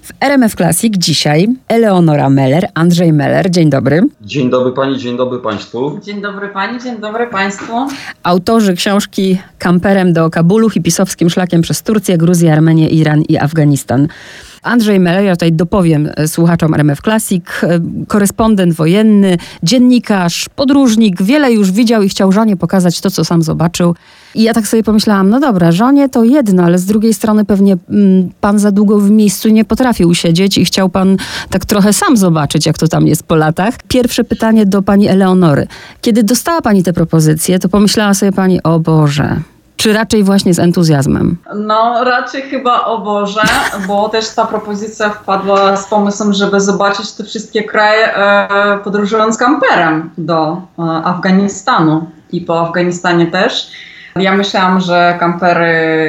W RMF Classic dzisiaj Eleonora Meller, Andrzej Meller. Dzień dobry. Dzień dobry pani, dzień dobry państwu. Dzień dobry pani, dzień dobry państwu. Autorzy książki Kamperem do Kabulu, hipisowskim szlakiem przez Turcję, Gruzję, Armenię, Iran i Afganistan. Andrzej Meller, ja tutaj dopowiem słuchaczom RMF Classic, korespondent wojenny, dziennikarz, podróżnik, wiele już widział i chciał żonie pokazać to, co sam zobaczył. I ja tak sobie pomyślałam, no dobra, żonie to jedno, ale z drugiej strony pewnie pan za długo w miejscu nie potrafił siedzieć i chciał pan tak trochę sam zobaczyć, jak to tam jest po latach. Pierwsze pytanie do pani Eleonory. Kiedy dostała pani te propozycje, to pomyślała sobie pani, o Boże... Czy raczej właśnie z entuzjazmem? No raczej chyba o Boże, bo też ta propozycja wpadła z pomysłem, żeby zobaczyć te wszystkie kraje podróżując kamperem do Afganistanu i po Afganistanie też. Ja myślałam, że kampery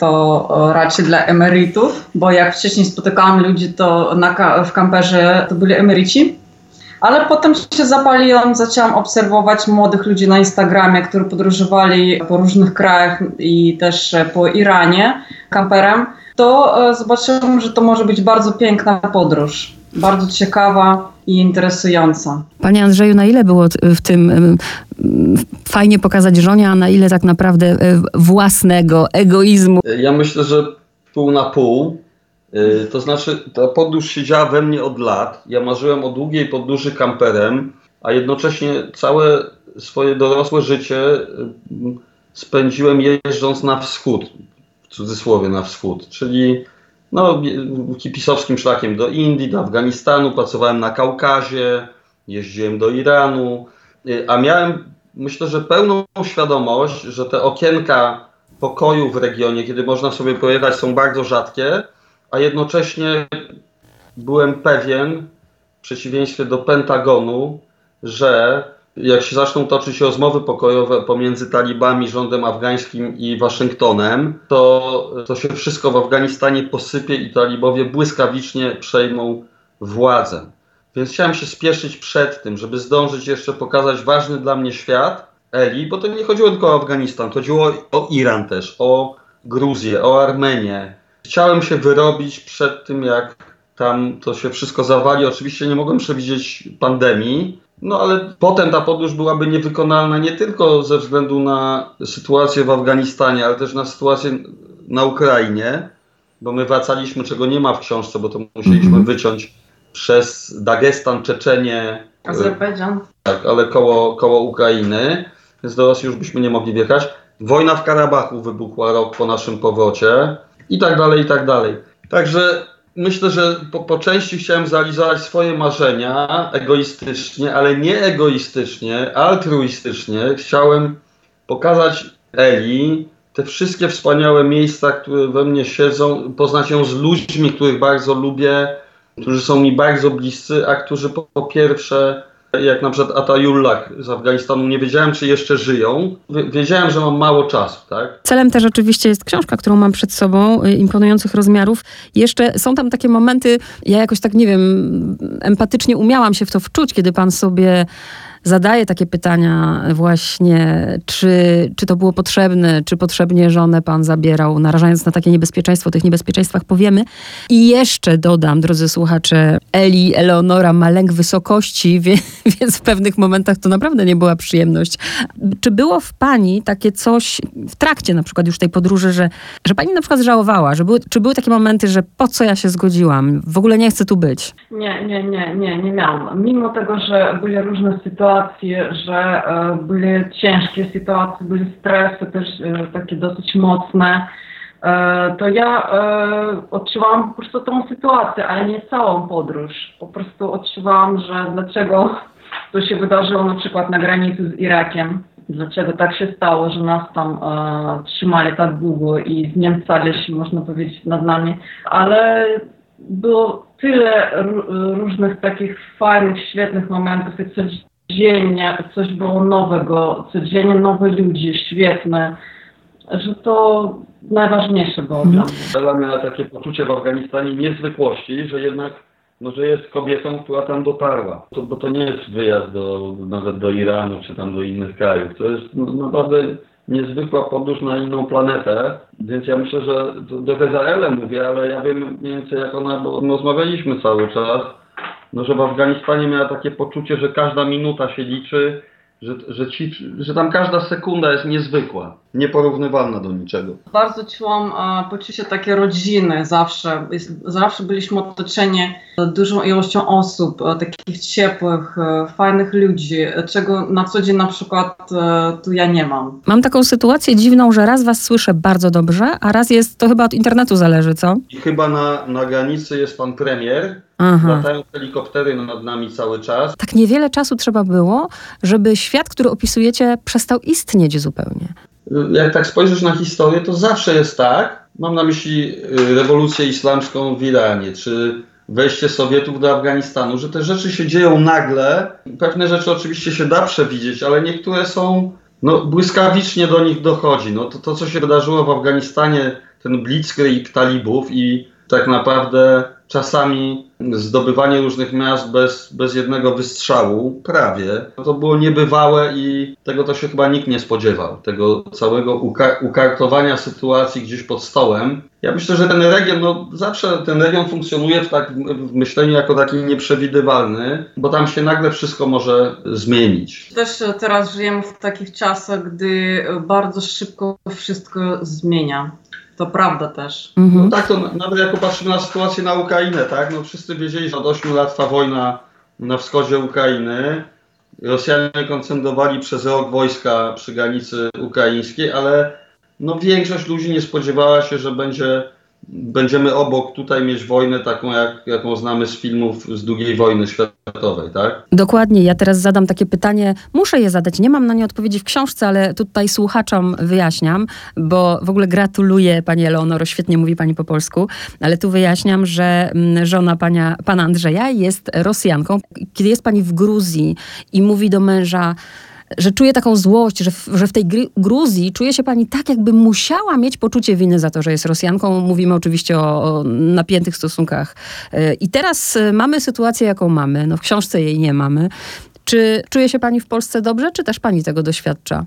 to raczej dla emerytów, bo jak wcześniej spotykałam ludzi, to w kamperze to byli emeryci. Ale potem się zapaliłam, zaczęłam obserwować młodych ludzi na Instagramie, którzy podróżowali po różnych krajach i też po Iranie kamperem. To zobaczyłam, że to może być bardzo piękna podróż, bardzo ciekawa i interesująca. Panie Andrzeju, na ile było w tym fajnie pokazać żonie, a na ile tak naprawdę własnego egoizmu? Ja myślę, że pół na pół. To znaczy, ta podróż siedziała we mnie od lat. Ja marzyłem o długiej podróży kamperem, a jednocześnie całe swoje dorosłe życie spędziłem jeżdżąc na wschód, w cudzysłowie na wschód, czyli hipisowskim szlakiem do Indii, do Afganistanu, pracowałem na Kaukazie, jeździłem do Iranu, a miałem, myślę, że pełną świadomość, że te okienka pokoju w regionie, kiedy można sobie pojechać, są bardzo rzadkie, a jednocześnie byłem pewien, w przeciwieństwie do Pentagonu, że jak się zaczną toczyć rozmowy pokojowe pomiędzy talibami, rządem afgańskim i Waszyngtonem, to się wszystko w Afganistanie posypie i talibowie błyskawicznie przejmą władzę. Więc chciałem się spieszyć przed tym, żeby zdążyć jeszcze pokazać ważny dla mnie świat Eli, bo to nie chodziło tylko o Afganistan, chodziło o Iran też, o Gruzję, o Armenię. Chciałem się wyrobić przed tym, jak tam to się wszystko zawali. Oczywiście nie mogłem przewidzieć pandemii, ale potem ta podróż byłaby niewykonalna nie tylko ze względu na sytuację w Afganistanie, ale też na sytuację na Ukrainie, bo my wracaliśmy, czego nie ma w książce, bo to musieliśmy wyciąć przez Dagestan, Czeczenię, Azerbejdżan. Tak, ale koło Ukrainy, więc do Rosji już byśmy nie mogli wjechać. Wojna w Karabachu wybuchła rok po naszym powrocie. I tak dalej, i tak dalej. Także myślę, że po części chciałem zrealizować swoje marzenia egoistycznie, ale nie egoistycznie, altruistycznie. Chciałem pokazać Eli te wszystkie wspaniałe miejsca, które we mnie siedzą, poznać ją z ludźmi, których bardzo lubię, którzy są mi bardzo bliscy, a którzy po pierwsze, jak na przykład Atayullah z Afganistanu, nie wiedziałem, czy jeszcze żyją. Wiedziałem, że mam mało czasu, tak? Celem też oczywiście jest książka, którą mam przed sobą, imponujących rozmiarów. Jeszcze są tam takie momenty, ja jakoś tak, nie wiem, empatycznie umiałam się w to wczuć, kiedy pan sobie zadaje takie pytania właśnie, czy to było potrzebne, czy potrzebnie żonę pan zabierał, narażając na takie niebezpieczeństwo. O tych niebezpieczeństwach powiemy. I jeszcze dodam, drodzy słuchacze, Eleonora ma lęk wysokości, więc w pewnych momentach to naprawdę nie była przyjemność. Czy było w pani takie coś w trakcie na przykład już tej podróży, że pani na przykład żałowała, czy były takie momenty, że po co ja się zgodziłam? W ogóle nie chcę tu być. Nie miałam. Mimo tego, że były różne sytuacje, że były ciężkie sytuacje, były stresy też takie dosyć mocne, to ja odczuwałam po prostu tą sytuację, ale nie całą podróż. Po prostu odczuwałam, że dlaczego to się wydarzyło na przykład na granicy z Irakiem. Dlaczego tak się stało, że nas tam trzymali tak długo i znęcali się, można powiedzieć, nad nami. Ale było tyle różnych takich fajnych, świetnych momentów i codziennie coś było nowego, codziennie nowe ludzie, świetne, że to najważniejsze było dla mnie. Ela miała takie poczucie w Afganistanie niezwykłości, że jednak że jest kobietą, która tam dotarła. Bo to nie jest wyjazd nawet do Iranu czy tam do innych krajów. To jest naprawdę niezwykła podróż na inną planetę, więc ja myślę, że trochę za Elę mówię, ale ja wiem mniej więcej jak ona, bo rozmawialiśmy cały czas, no, że w Afganistanie miała takie poczucie, że każda minuta się liczy, że tam każda sekunda jest niezwykła, nieporównywalna do niczego. Bardzo czułam poczucie takie rodziny zawsze. Zawsze byliśmy otoczeni dużą ilością osób, takich ciepłych, fajnych ludzi, czego na co dzień na przykład tu ja nie mam. Mam taką sytuację dziwną, że raz was słyszę bardzo dobrze, a raz jest, to chyba od internetu zależy, co? I chyba na granicy jest pan premier. Aha. Latają helikoptery nad nami cały czas. Tak niewiele czasu trzeba było, żeby świat, który opisujecie, przestał istnieć zupełnie. Jak tak spojrzysz na historię, to zawsze jest tak. Mam na myśli rewolucję islamską w Iranie, czy wejście Sowietów do Afganistanu, że te rzeczy się dzieją nagle. Pewne rzeczy oczywiście się da przewidzieć, ale niektóre są, błyskawicznie do nich dochodzi. To co się wydarzyło w Afganistanie, ten blitzkrieg talibów i tak naprawdę czasami zdobywanie różnych miast bez jednego wystrzału, prawie, to było niebywałe i tego to się chyba nikt nie spodziewał. Tego całego ukartowania sytuacji gdzieś pod stołem. Ja myślę, że ten region, zawsze ten region funkcjonuje w myśleniu jako taki nieprzewidywalny, bo tam się nagle wszystko może zmienić. Też teraz żyjemy w takich czasach, gdy bardzo szybko wszystko zmienia. To prawda też. Mhm. Tak, to nawet jak popatrzymy na sytuację na Ukrainę, tak? Wszyscy wiedzieli, że od 8 lat trwa wojna na wschodzie Ukrainy. Rosjanie koncentrowali przez rok wojska przy granicy ukraińskiej, ale większość ludzi nie spodziewała się, że będziemy obok tutaj mieć wojnę taką, jaką znamy z filmów z II wojny światowej, tak? Dokładnie. Ja teraz zadam takie pytanie. Muszę je zadać. Nie mam na nie odpowiedzi w książce, ale tutaj słuchaczom wyjaśniam, bo w ogóle gratuluję pani Eleonoro, świetnie mówi pani po polsku, ale tu wyjaśniam, że żona pana Andrzeja jest Rosjanką. Kiedy jest pani w Gruzji i mówi do męża, że czuje taką złość, że w tej Gruzji czuje się pani tak, jakby musiała mieć poczucie winy za to, że jest Rosjanką. Mówimy oczywiście o napiętych stosunkach. I teraz mamy sytuację, jaką mamy. W książce jej nie mamy. Czy czuje się pani w Polsce dobrze, czy też pani tego doświadcza?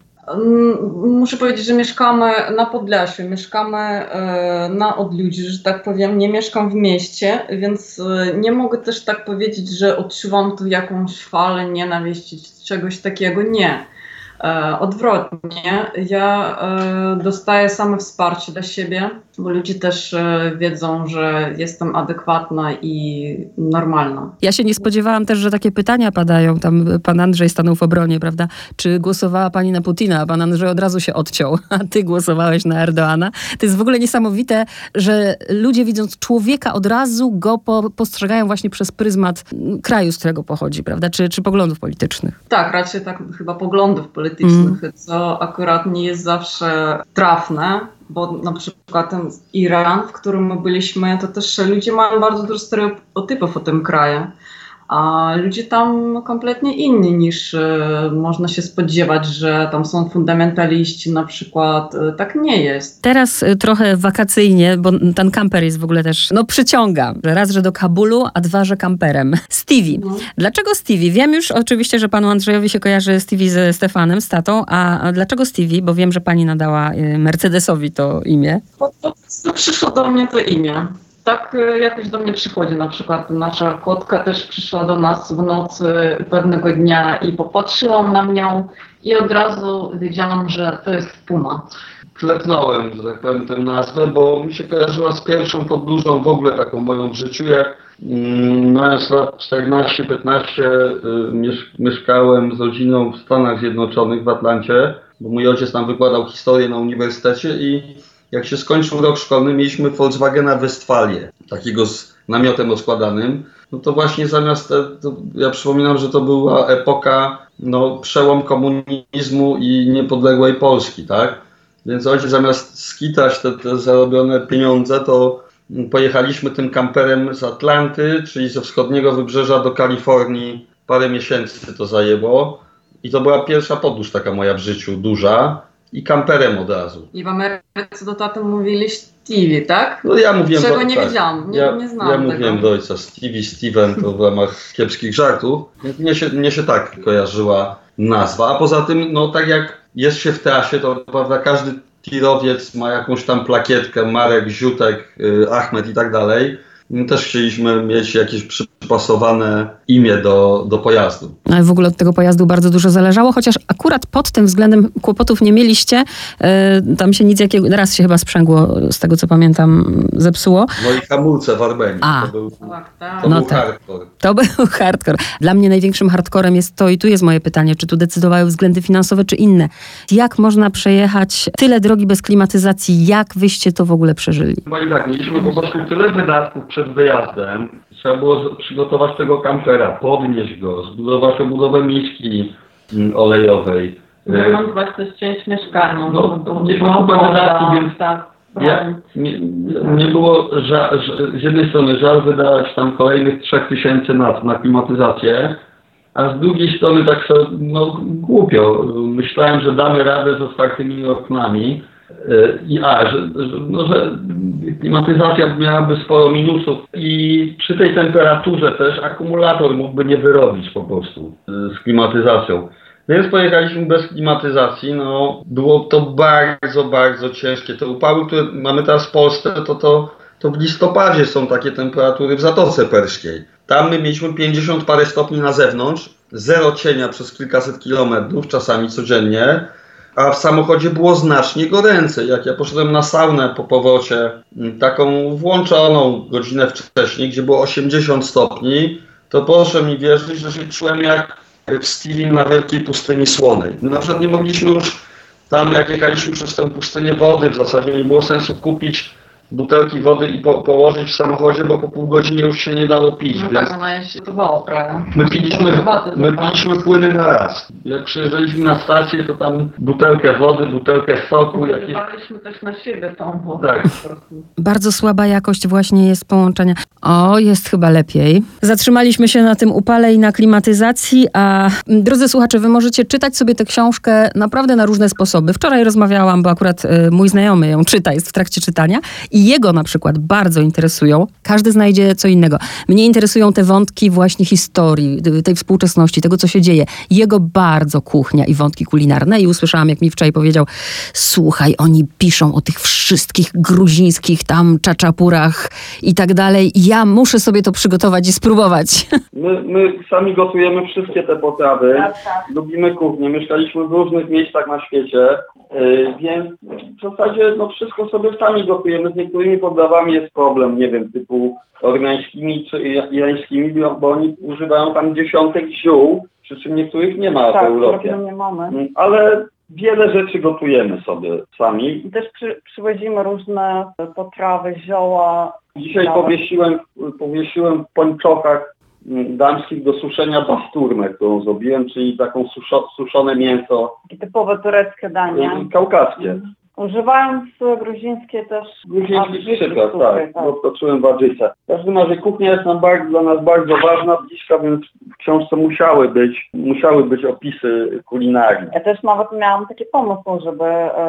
Muszę powiedzieć, że mieszkamy na Podlasiu, mieszkamy na odludziu, że tak powiem, nie mieszkam w mieście, więc nie mogę też tak powiedzieć, że odczuwam tu jakąś falę nienawiści, czegoś takiego, nie. Odwrotnie, ja dostaję same wsparcie dla siebie, bo ludzie też wiedzą, że jestem adekwatna i normalna. Ja się nie spodziewałam też, że takie pytania padają. Tam pan Andrzej stanął w obronie, prawda? Czy głosowała pani na Putina? A pan Andrzej od razu się odciął, a ty głosowałeś na Erdoana. To jest w ogóle niesamowite, że ludzie widząc człowieka od razu go postrzegają właśnie przez pryzmat kraju, z którego pochodzi, prawda? Czy poglądów politycznych. Tak, raczej tak chyba poglądów politycznych, co akurat nie jest zawsze trafne, bo na przykład ten Iran, w którym my byliśmy, to też ludzie mają bardzo dużo stereotypów o tym kraju. A ludzie tam kompletnie inni niż można się spodziewać, że tam są fundamentaliści na przykład. Tak nie jest. Teraz trochę wakacyjnie, bo ten kamper jest w ogóle też, przyciąga. Raz, że do Kabulu, a dwa, że kamperem. Stevie. Dlaczego Stevie? Wiem już oczywiście, że panu Andrzejowi się kojarzy Stevie ze Stefanem, z tatą, a dlaczego Stevie? Bo wiem, że pani nadała Mercedesowi to imię. Przyszło do mnie to imię. Tak jakoś do mnie przychodzi. Na przykład nasza kotka też przyszła do nas w nocy pewnego dnia i popatrzyłam na nią i od razu wiedziałam, że to jest Puma. Klepnąłem, że tak powiem, tę nazwę, bo mi się kojarzyła z pierwszą podróżą w ogóle taką moją w życiu, jak mając lat 14-15 mieszkałem z rodziną w Stanach Zjednoczonych, w Atlancie, bo mój ojciec tam wykładał historię na uniwersytecie i jak się skończył rok szkolny, mieliśmy Volkswagena Westfalię, takiego z namiotem rozkładanym. To właśnie ja przypominam, że to była epoka, przełom komunizmu i niepodległej Polski, tak? Więc ojciec zamiast skitać te zarobione pieniądze, to pojechaliśmy tym kamperem z Atlanty, czyli ze wschodniego wybrzeża do Kalifornii. Parę miesięcy to zajęło i to była pierwsza podróż taka moja w życiu, duża. I kamperem od razu. I w Ameryce do taty mówili Stevie, tak? Ja mówiłem czego nie wiedziałam, nie znałam Ja mówiłem do ojca Stevie, Steven, to w ramach kiepskich żartów. Mnie się tak kojarzyła nazwa, a poza tym, tak jak jest się w trasie, to prawda każdy tirowiec ma jakąś tam plakietkę, Marek, Ziutek, Achmed i tak dalej. My też chcieliśmy mieć jakieś przypasowane imię do pojazdu. Ale w ogóle od tego pojazdu bardzo dużo zależało, chociaż akurat pod tym względem kłopotów nie mieliście. Tam się nic jakiego... Raz się chyba sprzęgło, z tego co pamiętam, zepsuło. No i hamulce w Armenii. To był hardcore. To był hardcore. Dla mnie największym hardcorem jest to, i tu jest moje pytanie, czy tu decydowały względy finansowe, czy inne. Jak można przejechać tyle drogi bez klimatyzacji? Jak wyście to w ogóle przeżyli? No i tak, mieliśmy po prostu tyle wydatków przed wyjazdem. Trzeba było przygotować tego kampera, podnieść go, zbudować obudowę miski olejowej. Remontować też część mieszkania. Nie było chyba wydatków, więc nie było z jednej strony żal wydawać tam kolejnych 3000 na klimatyzację, a z drugiej strony tak sobie głupio. Myślałem, że damy radę z otwartymi oknami. Że klimatyzacja miałaby sporo minusów i przy tej temperaturze też akumulator mógłby nie wyrobić po prostu z klimatyzacją. Więc pojechaliśmy bez klimatyzacji, było to bardzo, bardzo ciężkie. Te upały, które mamy teraz w Polsce, to w listopadzie są takie temperatury w Zatoce Perskiej. Tam my mieliśmy 50 parę stopni na zewnątrz, zero cienia przez kilkaset kilometrów, czasami codziennie. A w samochodzie było znacznie goręcej. Jak ja poszedłem na saunę po powrocie, taką włączoną godzinę wcześniej, gdzie było 80 stopni, to proszę mi wierzyć, że się czułem jak w Stirling na wielkiej pustyni słonej. Na przykład nie mogliśmy już tam, jak jechaliśmy przez tę pustynię wody, w zasadzie nie było sensu kupić butelki wody i położyć w samochodzie, bo po pół godziny już się nie dało pić. No tak, ona się gotowało prawie. My piliśmy płyny na raz. Jak przyjeżdżaliśmy na stację, to tam butelkę wody, butelkę soku. Używaliśmy też na siebie tą wodę. Tak. Bardzo słaba jakość właśnie jest połączenia. Jest chyba lepiej. Zatrzymaliśmy się na tym upale i na klimatyzacji, a drodzy słuchacze, wy możecie czytać sobie tę książkę naprawdę na różne sposoby. Wczoraj rozmawiałam, bo akurat mój znajomy ją czyta, jest w trakcie czytania i jego na przykład bardzo interesują. Każdy znajdzie co innego. Mnie interesują te wątki właśnie historii, tej współczesności, tego co się dzieje. Jego bardzo kuchnia i wątki kulinarne i usłyszałam, jak mi wczoraj powiedział, słuchaj, oni piszą o tych wszystkich gruzińskich tam czaczapurach i tak dalej. Ja muszę sobie to przygotować i spróbować. My sami gotujemy wszystkie te potrawy. Lubimy kuchnię. Mieszkaliśmy w różnych miejscach na świecie, więc w zasadzie wszystko sobie sami gotujemy. Z niektórymi podawami jest problem, nie wiem, typu ormiańskimi czy irańskimi, bo oni używają tam dziesiątek ziół, przy czym niektórych nie ma w Europie. Nie mamy. Ale wiele rzeczy gotujemy sobie sami. I też przywozimy różne potrawy, zioła. Dzisiaj powiesiłem w pończochach damskich do suszenia basturmę, którą zrobiłem, czyli taką suszone mięso. Takie typowe tureckie dania. Kaukaskie. Używając gruzińskie też... Gruziński przykład, tak. Odtoczyłem warzyce. W każdym razie kuchnia jest dla nas bardzo ważna, bliska, więc w książce musiały być opisy kulinarne. Ja też nawet miałam taki pomysł, żeby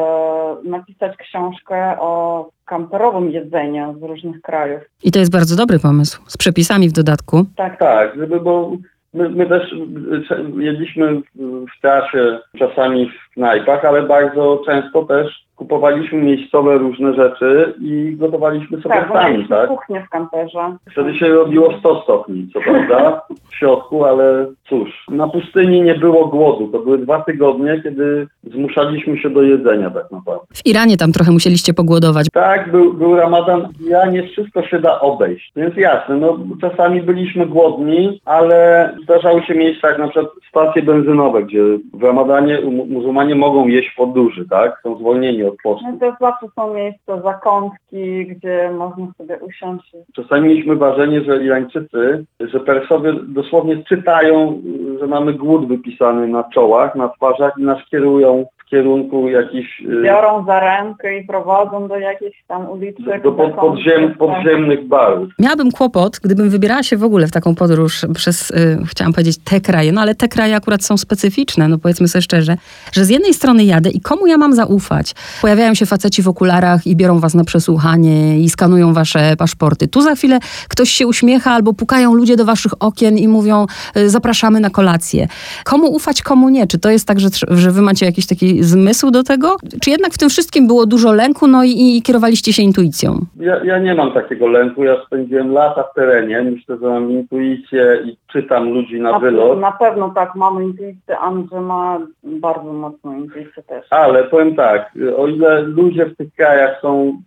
napisać książkę o kamperowym jedzeniu z różnych krajów. I to jest bardzo dobry pomysł. Z przepisami w dodatku. Tak, bo my też jedliśmy w trasie, czasami w knajpach, ale bardzo często też kupowaliśmy miejscowe różne rzeczy i gotowaliśmy sobie sami, tak? Kuchnię w kamperze. Wtedy się robiło 100 stopni, co prawda, w środku, ale cóż, na pustyni nie było głodu. To były 2 tygodnie, kiedy zmuszaliśmy się do jedzenia tak naprawdę. W Iranie tam trochę musieliście pogłodować. Tak, był Ramadan. W Iranie wszystko się da obejść. Więc jasne, czasami byliśmy głodni, ale zdarzały się miejsca jak na przykład stacje benzynowe, gdzie w Ramadanie muzułmanie mogą jeść w podróży, tak? Są zwolnieni od postu. To zawsze są miejsca, zakątki, gdzie można sobie usiąść. Czasami mieliśmy wrażenie, że Irańczycy, że Persowie dosłownie czytają, że mamy głód wypisany na czołach, na twarzach i nas kierują w kierunku jakichś... Biorą za rękę i prowadzą do jakichś tam uliczek. Do podziemnych barów. Miałabym kłopot, gdybym wybierała się w ogóle w taką podróż przez, chciałam powiedzieć, te kraje, ale te kraje akurat są specyficzne, powiedzmy sobie szczerze, że z jednej strony jadę i komu ja mam zaufać? Pojawiają się faceci w okularach i biorą was na przesłuchanie i skanują wasze paszporty. Tu za chwilę ktoś się uśmiecha albo pukają ludzie do waszych okien i mówią, zapraszamy na kolację. Komu ufać, komu nie? Czy to jest tak, że wy macie jakiś taki taki zmysł do tego? Czy jednak w tym wszystkim było dużo lęku, no i kierowaliście się intuicją? Ja nie mam takiego lęku. Ja spędziłem lata w terenie. Myślę, że mam intuicję i czytam ludzi na wylot. Na pewno tak, mamy intuicję. Andrzej ma bardzo mocną intuicję też. Ale powiem tak, o ile ludzie w tych krajach są,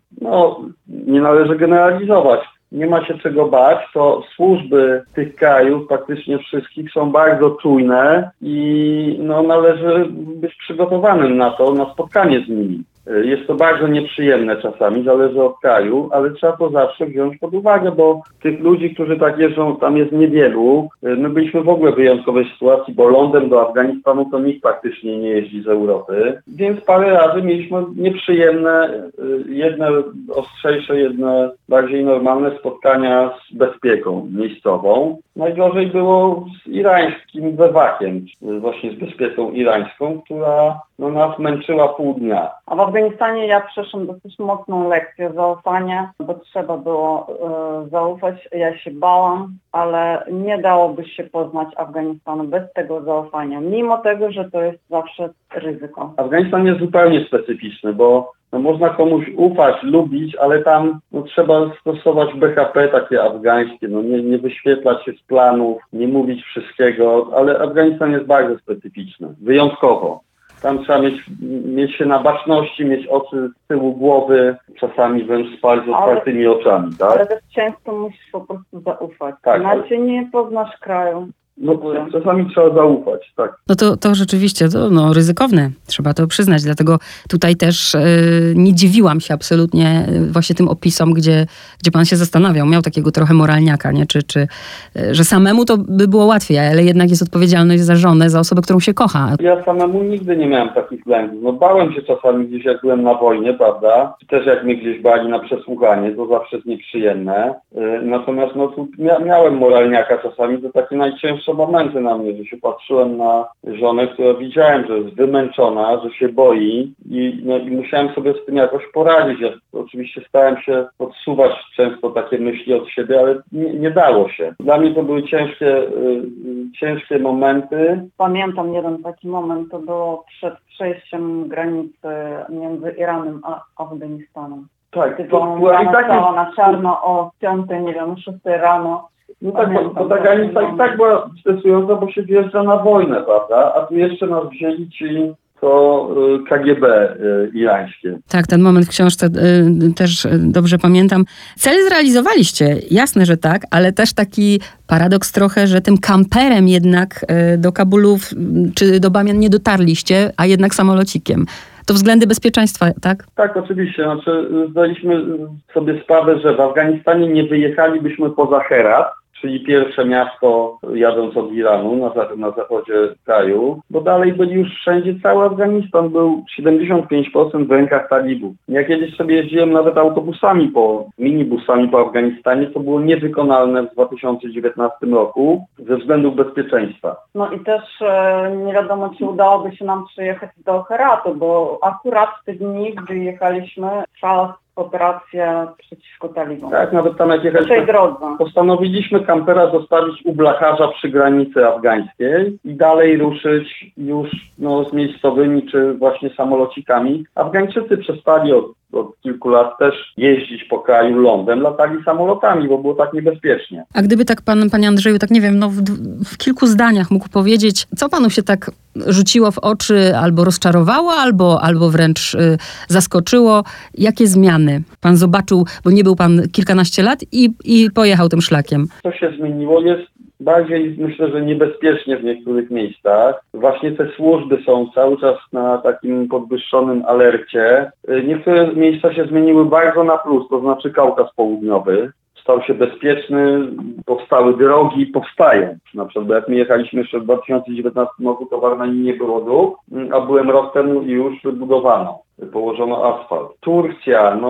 nie należy generalizować, nie ma się czego bać, to służby tych krajów, praktycznie wszystkich, są bardzo czujne i należy być przygotowanym na to, na spotkanie z nimi. Jest to bardzo nieprzyjemne czasami, zależy od kraju, ale trzeba to zawsze wziąć pod uwagę, bo tych ludzi, którzy tak jeżdżą, tam jest niewielu. My byliśmy w ogóle w wyjątkowej sytuacji, bo lądem do Afganistanu to nikt praktycznie nie jeździ z Europy, więc parę razy mieliśmy nieprzyjemne, jedne ostrzejsze, jedne bardziej normalne spotkania z bezpieką miejscową. Najgorzej było z irańskim bewakiem, właśnie z bezpieką irańską, która nas męczyła pół dnia. A w Afganistanie ja przeszłam dosyć mocną lekcję zaufania, bo trzeba było zaufać. Ja się bałam, ale nie dałoby się poznać Afganistanu bez tego zaufania, mimo tego, że to jest zawsze ryzyko. Afganistan jest zupełnie specyficzny, bo można komuś ufać, lubić, ale tam trzeba stosować BHP takie afgańskie, nie wyświetlać się z planów, nie mówić wszystkiego, ale Afganistan jest bardzo specyficzny, wyjątkowo. Tam trzeba mieć się na baczności, mieć oczy z tyłu głowy, czasami wręcz spać z otwartymi oczami, tak? Ale też często musisz po prostu zaufać. Tak, Inaczej nie poznasz kraju. Czasami trzeba zaufać, tak. To rzeczywiście ryzykowne, trzeba to przyznać, dlatego tutaj też nie dziwiłam się absolutnie właśnie tym opisom, gdzie pan się zastanawiał, miał takiego trochę moralniaka, nie? Czy że samemu to by było łatwiej, ale jednak jest odpowiedzialność za żonę, za osobę, którą się kocha. Ja samemu nigdy nie miałem takich lęków. Bałem się czasami gdzieś, jak byłem na wojnie, prawda? Czy też jak mnie gdzieś bali na przesłuchanie, to zawsze jest nieprzyjemne. Natomiast miałem moralniaka czasami, to takie najcięższe momenty na mnie, że się patrzyłem na żonę, która widziałem, że jest wymęczona, że się boi i musiałem sobie z tym jakoś poradzić. Ja oczywiście starałem się odsuwać często takie myśli od siebie, ale nie dało się. Dla mnie to były ciężkie momenty. Pamiętam jeden taki moment, to było przed przejściem granicy między Iranem a Afganistanem. Tak, to była na czarno o 5, 6 rano. Ta granica i tak była stresująca, bo się wjeżdża na wojnę, prawda? A tu jeszcze nas wzięli ci KGB irańskie. Tak, ten moment w książce też dobrze pamiętam. Cel zrealizowaliście, jasne, że tak, ale też taki paradoks trochę, że tym kamperem jednak do Kabulu czy do Bamian nie dotarliście, a jednak samolocikiem. To względy bezpieczeństwa, tak? Tak, oczywiście. Zdaliśmy sobie sprawę, że w Afganistanie nie wyjechalibyśmy poza Herat, czyli pierwsze miasto jadąc od Iranu na zachodzie kraju, bo dalej byli już wszędzie, cały Afganistan był 75% w rękach talibów. Ja kiedyś sobie jeździłem nawet autobusami, minibusami po Afganistanie, to było niewykonalne w 2019 roku ze względów bezpieczeństwa. I też nie wiadomo, czy udałoby się nam przyjechać do Heratu, bo akurat w te dni, gdy jechaliśmy, trwała operacja przeciwko talibom. Tak, nawet tam jak jechaliśmy, postanowiliśmy kampera zostawić u blacharza przy granicy afgańskiej i dalej ruszyć już z miejscowymi czy właśnie samolocikami. Afgańczycy przestali od kilku lat też jeździć po kraju lądem, latali samolotami, bo było tak niebezpiecznie. A gdyby tak panie Andrzeju, tak nie wiem, w kilku zdaniach mógł powiedzieć, co panu się tak rzuciło w oczy, albo rozczarowało, albo wręcz zaskoczyło? Jakie zmiany pan zobaczył, bo nie był pan kilkanaście lat i pojechał tym szlakiem? Co się zmieniło jest bardziej, myślę, że niebezpiecznie w niektórych miejscach. Właśnie te służby są cały czas na takim podwyższonym alercie. Niektóre miejsca się zmieniły bardzo na plus, to znaczy Kaukaz Południowy. Stał się bezpieczny, powstały drogi, powstają. Na przykład, bo jak my jechaliśmy jeszcze w 2019 roku, to w Armenii nie było dróg, a byłem rok temu i już wybudowano, położono asfalt. Turcja,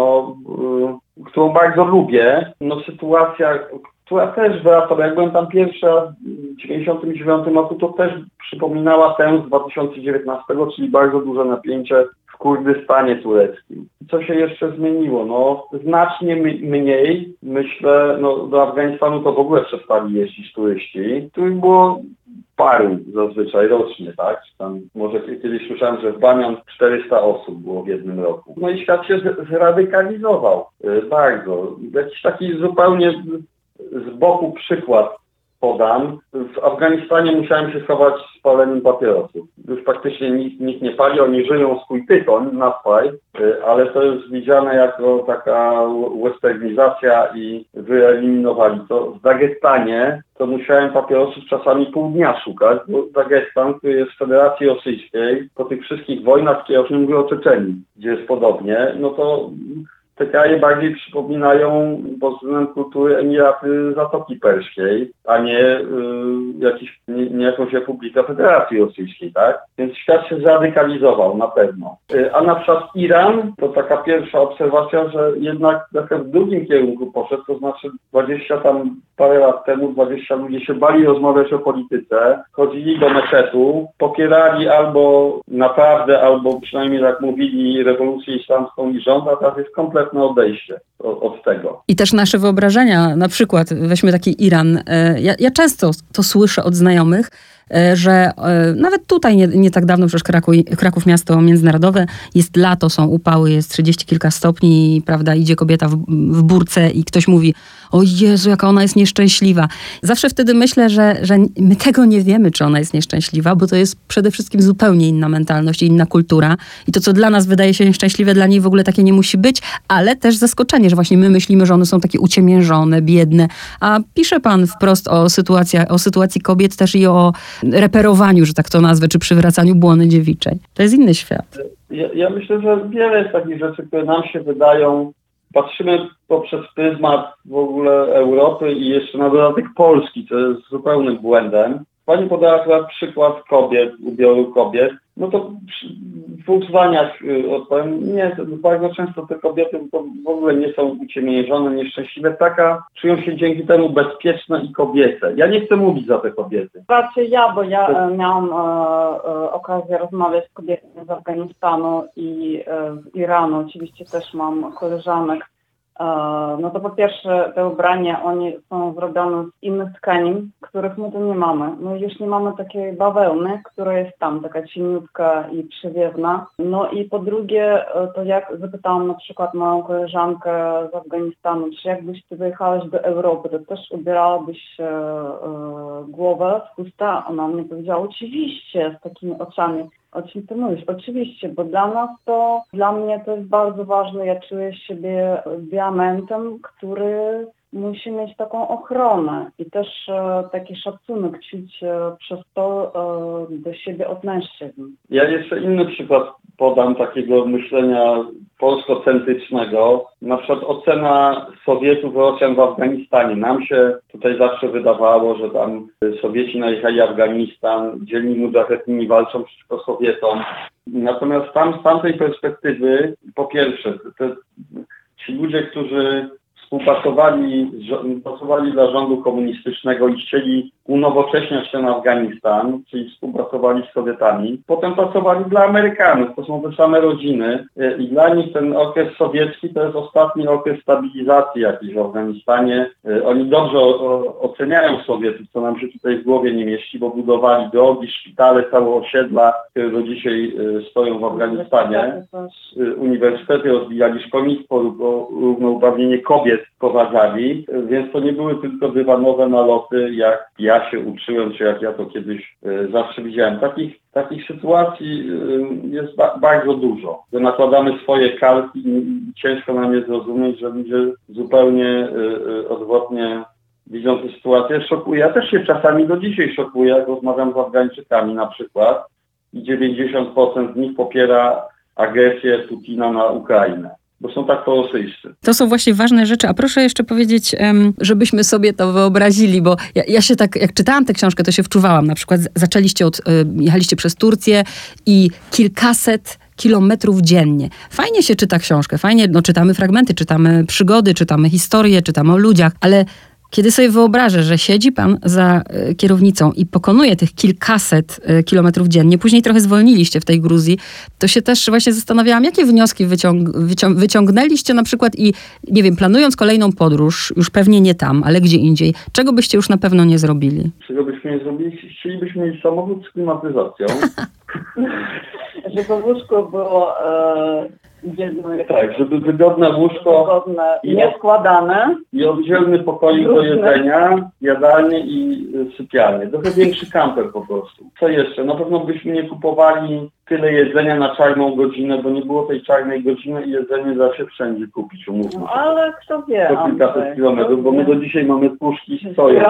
którą bardzo lubię, sytuacja, która też wracała. Jak byłem tam pierwszy raz w 1999 roku, to też przypominała tę z 2019, czyli bardzo duże napięcie w Kurdystanie tureckim. Co się jeszcze zmieniło? Znacznie mniej, myślę, do Afganistanu to w ogóle przestali jeździć turyści, których było paru zazwyczaj rocznie, tak? Tam może kiedyś słyszałem, że w Bamian 400 osób było w jednym roku. No i świat się zradykalizował bardzo. Jakiś taki zupełnie z boku przykład podam. W Afganistanie musiałem się schować z paleniem papierosów. Już praktycznie nikt nie pali, oni żyją swój tytoń na swaj, ale to jest widziane jako taka westernizacja i wyeliminowali to. W Dagestanie to musiałem papierosów czasami pół dnia szukać, bo Dagestan, który jest w Federacji Rosyjskiej, po tych wszystkich wojnach, ja już nie mówię o Czeczenii, gdzie jest podobnie, no to te kraje bardziej przypominają pod względem kultury Emiraty Zatoki Perskiej, a nie jakąś republikę Federacji Rosyjskiej, tak? Więc świat się zradykalizował na pewno. A na przykład Iran, to taka pierwsza obserwacja, że jednak trochę w drugim kierunku poszedł, to znaczy 20 tam parę lat temu 20 ludzi się bali rozmawiać o polityce, chodzili do meczetu, popierali albo naprawdę, albo przynajmniej tak mówili rewolucję islamską i rząd, a teraz jest kompletne odejście od tego. I też nasze wyobrażenia, na przykład weźmy taki Iran. Ja często to słyszę od znajomych, że nawet tutaj nie tak dawno, przecież Kraków miasto międzynarodowe, jest lato, są upały, jest 30 kilka stopni, prawda, idzie kobieta w burce i ktoś mówi: o Jezu, jaka ona jest nieszczęśliwa. Zawsze wtedy myślę, że my tego nie wiemy, czy ona jest nieszczęśliwa, bo to jest przede wszystkim zupełnie inna mentalność i inna kultura. I to, co dla nas wydaje się nieszczęśliwe, dla niej w ogóle takie nie musi być, ale też zaskoczenie, że właśnie my myślimy, że one są takie uciemiężone, biedne. A pisze pan wprost o sytuacji kobiet też i o reperowaniu, że tak to nazwę, czy przywracaniu błony dziewiczej. To jest inny świat. Ja myślę, że wiele jest takich rzeczy, które nam się wydają, patrzymy poprzez pryzmat w ogóle Europy i jeszcze na dodatek Polski, co jest zupełnym błędem. Pani podała chyba przykład kobiet, ubioru kobiet. No to w dwóch zdaniach odpowiem. Nie, bardzo często te kobiety to w ogóle nie są uciemiężone, nieszczęśliwe. Czują się dzięki temu bezpieczne i kobiece. Ja nie chcę mówić za te kobiety. Raczej bo ja miałam okazję rozmawiać z kobietami z Afganistanu i z Iranu. Oczywiście też mam koleżanek. No to po pierwsze te ubrania, one są zrobione z innych tkanin, których my tu nie mamy. No i już nie mamy takiej bawełny, która jest tam, taka cieniutka i przewiewna. No i po drugie, to jak zapytałam na przykład moją koleżankę z Afganistanu, czy jakbyś ty wyjechałaś do Europy, to też ubierałabyś głowę w chusta? Ona mnie powiedziała: oczywiście, z takimi oczami. O czym ty mówisz? Oczywiście, bo dla mnie to jest bardzo ważne. Ja czuję siebie diamentem, który musi mieć taką ochronę i też taki szacunek czuć przez to do siebie od mężczyzn. Ja jeszcze inny przykład podam takiego myślenia polskocentrycznego. Na przykład ocena Sowietów, Rosjan w Afganistanie. Nam się tutaj zawsze wydawało, że tam Sowieci najechali Afganistan, dzielni mudżahedini walczą przeciwko Sowietom. Natomiast z tamtej perspektywy, po pierwsze, ci ludzie, którzy pracowali dla rządu komunistycznego i chcieli unowocześniać ten Afganistan, czyli współpracowali z Sowietami. Potem pracowali dla Amerykanów, to są te same rodziny i dla nich ten okres sowiecki to jest ostatni okres stabilizacji jakiejś w Afganistanie. Oni dobrze oceniają Sowietów, co nam się tutaj w głowie nie mieści, bo budowali drogi, szpitale, całe osiedla, które do dzisiaj stoją w Afganistanie. Uniwersytety rozwijali, szkolnictwo, równouprawnienie kobiet wprowadzali, więc to nie były tylko dywanowe naloty, jak ja się uczyłem, czy jak ja to kiedyś zawsze widziałem. Takich sytuacji jest bardzo dużo, że nakładamy swoje kalki i ciężko nam jest zrozumieć, że ludzie zupełnie odwrotnie widzą tę sytuację. Szokuje. Ja też się czasami do dzisiaj szokuję, jak rozmawiam z Afgańczykami na przykład i 90% z nich popiera agresję Putina na Ukrainę. Bo są tak prorosyjscy. To są właśnie ważne rzeczy. A proszę jeszcze powiedzieć, żebyśmy sobie to wyobrazili, bo ja się tak, jak czytałam tę książkę, to się wczuwałam. Na przykład jechaliście przez Turcję i kilkaset kilometrów dziennie. Fajnie się czyta książkę, fajnie, czytamy fragmenty, czytamy przygody, czytamy historie, czytamy o ludziach, ale kiedy sobie wyobrażę, że siedzi pan za kierownicą i pokonuje tych kilkaset kilometrów dziennie, później trochę zwolniliście w tej Gruzji, to się też właśnie zastanawiałam, jakie wnioski wyciągnęliście na przykład i, nie wiem, planując kolejną podróż, już pewnie nie tam, ale gdzie indziej, czego byście już na pewno nie zrobili? Czego byśmy byśmy nie zrobili, chcielibyśmy mieć samochód z klimatyzacją. Żeby łóżko było jedno. Tak, żeby wygodne łóżko nieskładane. I oddzielny pokoik do jedzenia, jadalnie i sypialnie. Trochę większy kamper po prostu. Co jeszcze? Na pewno byśmy nie kupowali tyle jedzenia na czarną godzinę, bo nie było tej czarnej godziny i jedzenie da się wszędzie kupić, umówmy się. Ale kto wie, po kilkaset kilometrów, bo my do dzisiaj mamy puszki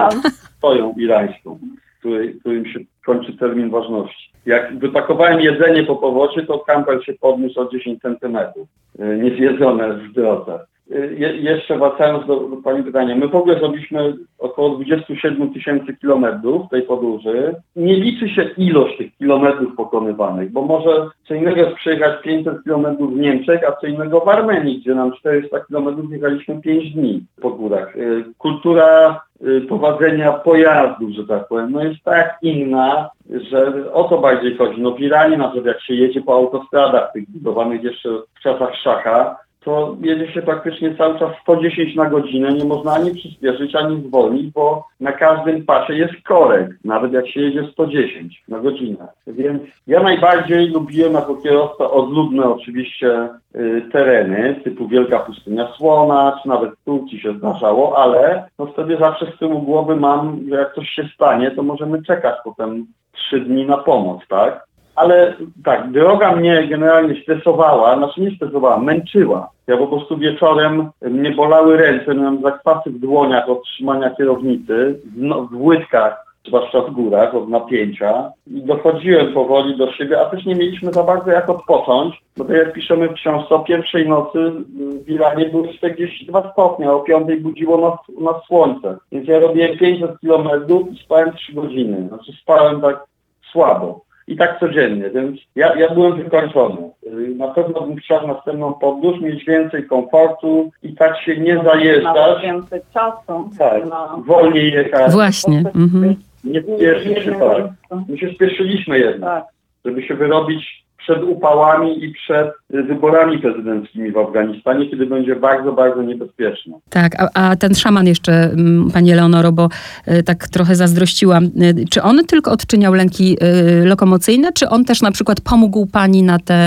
stoją irańską, którym się kończy termin ważności. Jak wypakowałem jedzenie po powrocie, to kamper się podniósł o 10 centymetrów. Niezjedzone w drodze. Jeszcze wracając do Pani pytania, my w ogóle zrobiliśmy około 27 000 kilometrów tej podróży. Nie liczy się ilość tych kilometrów pokonywanych, bo może co innego jest przejechać 500 kilometrów w Niemczech, a co innego w Armenii, gdzie nam 400 kilometrów jechaliśmy 5 dni po górach. Kultura prowadzenia pojazdów, że tak powiem, no jest tak inna, że o to bardziej chodzi. No w Iranie na przykład jak się jedzie po autostradach tych budowanych jeszcze w czasach szacha, to jedzie się praktycznie cały czas 110 na godzinę, nie można ani przyspieszyć, ani zwolnić, bo na każdym pasie jest korek, nawet jak się jedzie 110 na godzinę. Więc ja najbardziej lubiłem jako kierowca odludne oczywiście tereny, typu Wielka Pustynia Słona, czy nawet w Turcji się zdarzało, ale no wtedy zawsze z tyłu głowy mam, że jak coś się stanie, to możemy czekać potem 3 dni na pomoc, tak? Ale tak, droga mnie generalnie stresowała, nie stresowała, męczyła. Ja po prostu wieczorem mnie bolały ręce, miałem zakwasy w dłoniach od trzymania kierownicy, w łydkach, zwłaszcza w górach, od napięcia. I dochodziłem powoli do siebie, a też nie mieliśmy za bardzo jak odpocząć, bo tak jak piszemy w książce, o pierwszej nocy w Iranie były 42 stopnie, a o 5 budziło nas słońce. Więc ja robiłem 500 kilometrów i spałem 3 godziny. Spałem tak słabo. I tak codziennie, więc ja byłem wykończony. Na pewno bym chciał następną podróż, mieć więcej komfortu i tak się nie zajeżdżać. Więcej czasu. Tak, wolniej jechać. Właśnie. Nie spieszyć się tak. My się spieszyliśmy jednak, żeby się wyrobić przed upałami i przed wyborami prezydenckimi w Afganistanie, kiedy będzie bardzo, bardzo niebezpieczne. Tak, a ten szaman jeszcze, Pani Eleonoro, bo tak trochę zazdrościłam, czy on tylko odczyniał lęki lokomocyjne, czy on też na przykład pomógł Pani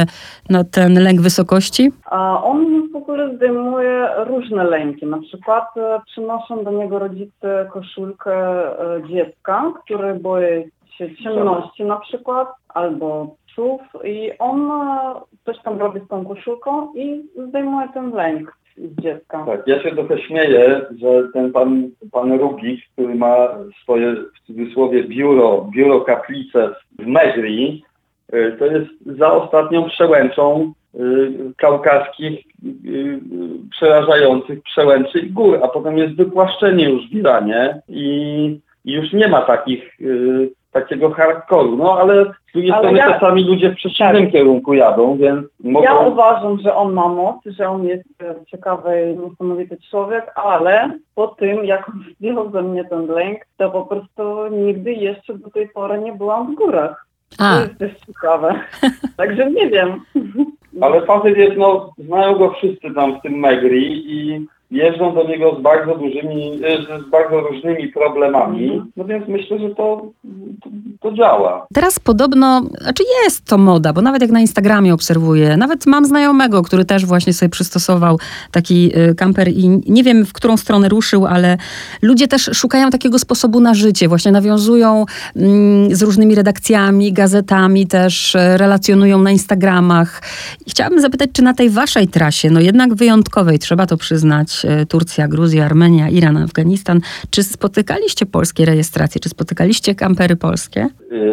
na ten lęk wysokości? On w ogóle zdejmuje różne lęki. Na przykład przynoszą do niego rodzice koszulkę dziecka, które boi się ciemności na przykład, albo psów i on coś tam robi z tą koszulką i zdejmuje ten lęk z dziecka. Tak, ja się trochę śmieję, że ten pan Rubik, który ma swoje w cudzysłowie biuro kaplice w Megri, to jest za ostatnią przełęczą kaukaskich przerażających przełęczy gór, a potem jest wypłaszczenie już w Iranie i już nie ma takiego hardkoru, no ale z drugiej strony czasami ludzie w przeciwnym kierunku jadą, więc mogą... Ja uważam, że on ma moc, że on jest ciekawy i niesamowity człowiek, ale po tym, jak on zdjął ze mnie ten lęk, to po prostu nigdy jeszcze do tej pory nie byłam w górach. To jest też ciekawe. Także nie wiem. Ale facet jest, znają go wszyscy tam w tym Megri i jeżdżą do niego z bardzo różnymi problemami, no więc myślę, że to działa. Teraz podobno, jest to moda, bo nawet jak na Instagramie obserwuję, nawet mam znajomego, który też właśnie sobie przystosował taki kamper i nie wiem, w którą stronę ruszył, ale ludzie też szukają takiego sposobu na życie, właśnie nawiązują z różnymi redakcjami, gazetami też, relacjonują na Instagramach. I chciałabym zapytać, czy na tej waszej trasie, jednak wyjątkowej, trzeba to przyznać, Turcja, Gruzja, Armenia, Iran, Afganistan. Czy spotykaliście polskie rejestracje? Czy spotykaliście kampery polskie?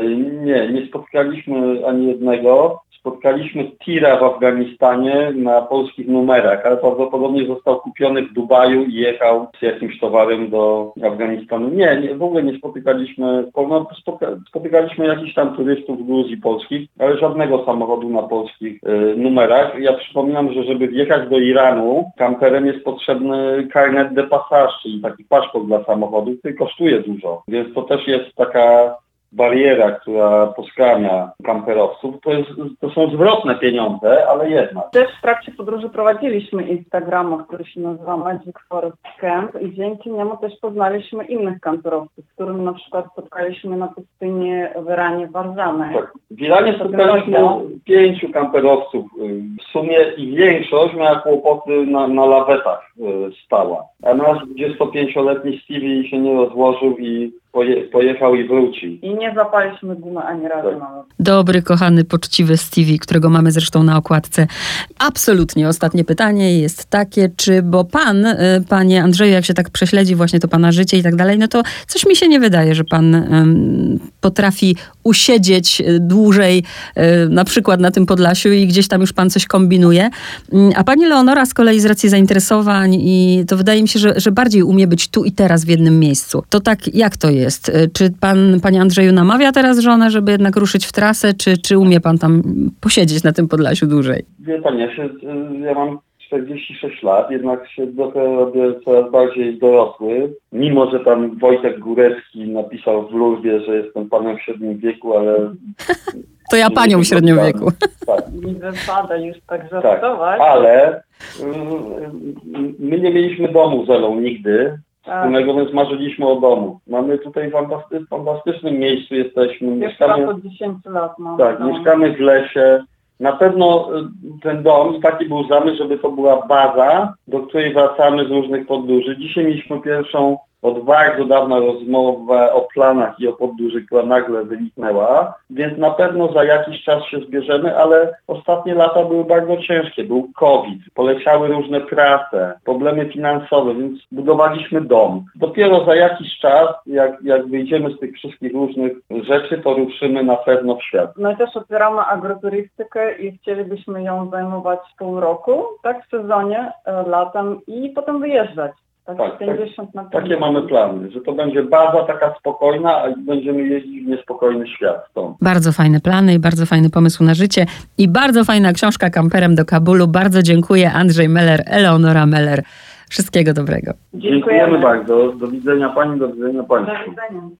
Nie spotkaliśmy ani jednego. Spotkaliśmy tira w Afganistanie na polskich numerach, ale prawdopodobnie został kupiony w Dubaju i jechał z jakimś towarem do Afganistanu. Nie, w ogóle nie spotykaliśmy. Spotykaliśmy jakichś tam turystów w Gruzji polskich, ale żadnego samochodu na polskich numerach. Ja przypominam, że żeby wjechać do Iranu, kamperem jest potrzebny carnet de passage, czyli taki paszport dla samochodu, który kosztuje dużo. Więc to też jest taka bariera, która poskrania kamperowców, to są zwrotne pieniądze, ale jednak. Też w trakcie podróży prowadziliśmy Instagrama, który się nazywa Magic Forest Camp i dzięki niemu też poznaliśmy innych kamperowców, z którymi na przykład spotkaliśmy na pustyni w Iranie, w Warzamie. Tak. W Iranie spotkaliśmy 5 kamperowców. W sumie i większość miała kłopoty na lawetach stała. A nasz 25-letni Stevie się nie rozłożył i pojechał i wrócił. I nie zapaliśmy gumy ani razu tak. nawet. Dobry, kochany, poczciwy Stevie, którego mamy zresztą na okładce. Absolutnie ostatnie pytanie jest takie, bo pan, panie Andrzeju, jak się tak prześledzi właśnie to pana życie i tak dalej, no to coś mi się nie wydaje, że pan potrafi usiedzieć dłużej na przykład na tym Podlasiu i gdzieś tam już pan coś kombinuje. A pani Leonora z kolei z racji zainteresowań i to wydaje mi się, że bardziej umie być tu i teraz w jednym miejscu. To tak, jak to jest? Czy pan, panie Andrzeju, namawia teraz żonę, żeby jednak ruszyć w trasę, czy umie pan tam posiedzieć na tym Podlasiu dłużej? Wie pan, ja mam 46 lat, jednak się trochę robię coraz bardziej dorosły. Mimo, że pan Wojtek Górecki napisał w Lurbie, że jestem panem w średnim wieku, ale... To ja panią w średnim wieku. Tak. Nie wypada już tak żartować. Tak, ale my nie mieliśmy domu z Elą nigdy. Wspólnego, więc marzyliśmy o domu. Mamy tutaj w fantastycznym miejscu jesteśmy. Mieszkamy od 10 lat. Tak, mieszkamy w lesie. Na pewno ten dom, taki był zamysł, żeby to była baza, do której wracamy z różnych podróży. Dzisiaj mieliśmy pierwszą od bardzo dawna rozmowę o planach i o podróży, która nagle wyniknęła, więc na pewno za jakiś czas się zbierzemy, ale ostatnie lata były bardzo ciężkie. Był COVID, poleciały różne prace, problemy finansowe, więc budowaliśmy dom. Dopiero za jakiś czas, jak wyjdziemy z tych wszystkich różnych rzeczy, to ruszymy na pewno w świat. My też otwieramy agroturystykę i chcielibyśmy ją zajmować pół roku, tak, w sezonie, latem i potem wyjeżdżać. Tak, takie mamy plany, że to będzie baza taka spokojna, a będziemy jeździć w niespokojny świat stąd. Bardzo fajne plany i bardzo fajny pomysł na życie i bardzo fajna książka Kamperem do Kabulu. Bardzo dziękuję. Andrzej Meller, Eleonora Meller. Wszystkiego dobrego. Dziękujemy bardzo. Do widzenia pani, do widzenia państwu. Do widzenia.